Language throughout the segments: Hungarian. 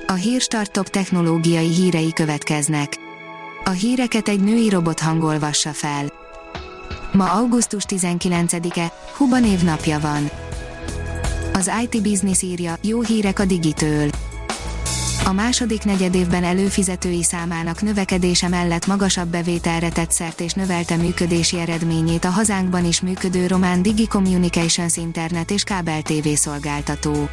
A Hírstart top technológiai hírei következnek. A híreket egy női robot olvassa fel. Ma augusztus 19-e, Huba névnapja van. Az IT Business írja, jó hírek a Digitől. A második negyedévben előfizetői számának növekedése mellett magasabb bevételre tett szert és növelte működési eredményét a hazánkban is működő román Digi Communications internet és kábel TV szolgáltató.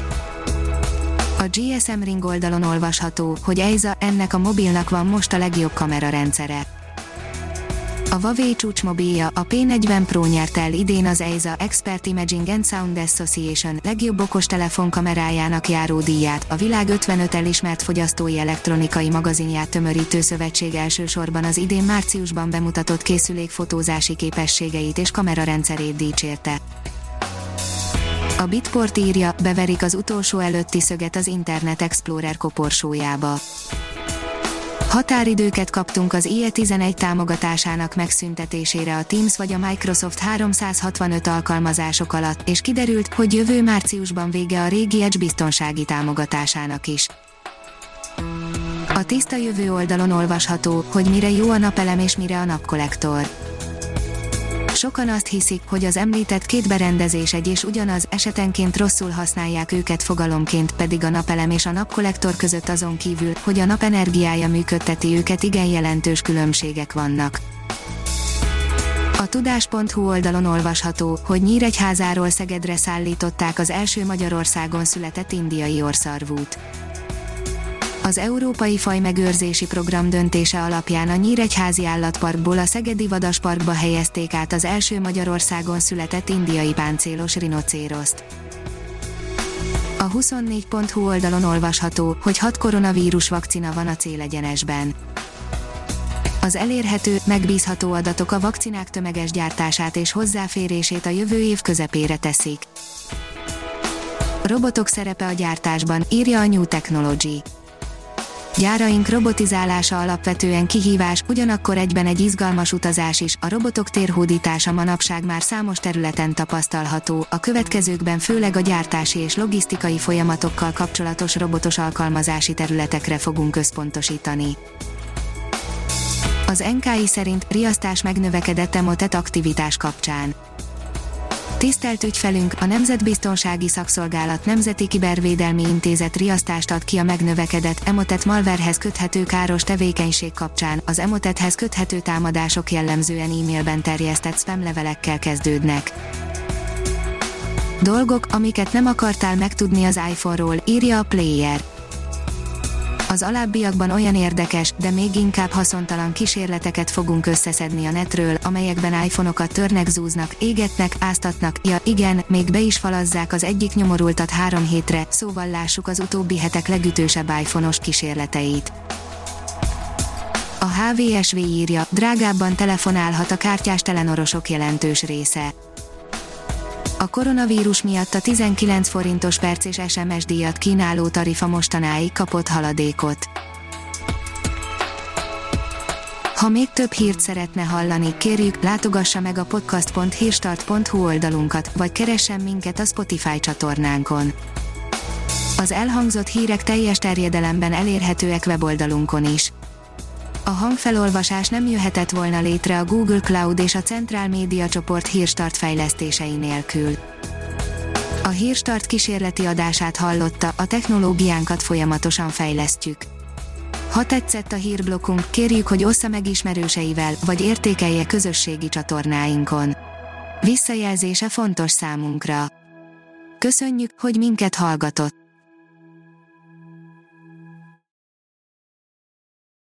A GSM Ring oldalon olvasható, hogy EIZA, ennek a mobilnak van most a legjobb kamerarendszere. A Huawei csúcsmobilja, a P40 Pro nyerte el idén az EIZA Expert Imaging and Sound Association legjobb okostelefon kamerájának járó díját, a világ 55 elismert fogyasztói elektronikai magazinját tömörítő szövetség elsősorban az idén márciusban bemutatott készülék fotózási képességeit és kamerarendszerét dicsérte. A Bitport írja, beverik az utolsó előtti szöget az Internet Explorer koporsójába. Határidőket kaptunk az IE11 támogatásának megszüntetésére a Teams vagy a Microsoft 365 alkalmazások alatt, és kiderült, hogy jövő márciusban vége a régi Edge biztonsági támogatásának is. A Tiszta Jövő oldalon olvasható, hogy mire jó a napelem és mire a napkollektor. Sokan azt hiszik, hogy az említett két berendezés egy és ugyanaz, esetenként rosszul használják őket fogalomként, pedig a napelem és a napkollektor között azon kívül, hogy a napenergiája működteti őket, igen jelentős különbségek vannak. A tudás.hu oldalon olvasható, hogy Nyíregyházáról Szegedre szállították az első Magyarországon született indiai orrszarvút. Az Európai Fajmegőrzési Program döntése alapján a Nyíregyházi Állatparkból a Szegedi Vadasparkba helyezték át az első Magyarországon született indiai páncélos rinocéroszt. A 24.hu oldalon olvasható, hogy 6 koronavírus vakcina van a célegyenesben. Az elérhető, megbízható adatok a vakcinák tömeges gyártását és hozzáférését a jövő év közepére teszik. Robotok szerepe a gyártásban, írja a New Technology. Gyáraink robotizálása alapvetően kihívás, ugyanakkor egyben egy izgalmas utazás is, a robotok térhódítása manapság már számos területen tapasztalható, a következőkben főleg a gyártási és logisztikai folyamatokkal kapcsolatos robotos alkalmazási területekre fogunk összpontosítani. Az NKI szerint riasztás megnövekedett Emotet aktivitás kapcsán. Tisztelt ügyfelünk, a Nemzetbiztonsági Szakszolgálat Nemzeti Kibervédelmi Intézet riasztást ad ki a megnövekedett Emotet malwarehez köthető káros tevékenység kapcsán. Az Emotethez köthető támadások jellemzően e-mailben terjesztett spam levelekkel kezdődnek. Dolgok, amiket nem akartál megtudni az iPhone-ról, írja a Player. Az alábbiakban olyan érdekes, de még inkább haszontalan kísérleteket fogunk összeszedni a netről, amelyekben iPhone-okat törnek, zúznak, égetnek, áztatnak, ja igen, még be is falazzák az egyik nyomorultat 3 hétre, szóval lássuk az utóbbi hetek legütősebb iPhone-os kísérleteit. A HVSV írja, drágábban telefonálhat a kártyás telenorosok jelentős része. A koronavírus miatt a 19 forintos perc és SMS díjat kínáló tarifa mostanáig kapott haladékot. Ha még több hírt szeretne hallani, kérjük, látogassa meg a podcast.hírstart.hu oldalunkat, vagy keressen minket a Spotify csatornánkon. Az elhangzott hírek teljes terjedelemben elérhetőek weboldalunkon is. A hangfelolvasás nem jöhetett volna létre a Google Cloud és a Centrál Média csoport Hírstart fejlesztései nélkül. A Hírstart kísérleti adását hallotta, a technológiánkat folyamatosan fejlesztjük. Ha tetszett a hírblokkunk, kérjük, hogy ossza meg ismerőseivel, vagy értékelje közösségi csatornáinkon. Visszajelzése fontos számunkra. Köszönjük, hogy minket hallgatott!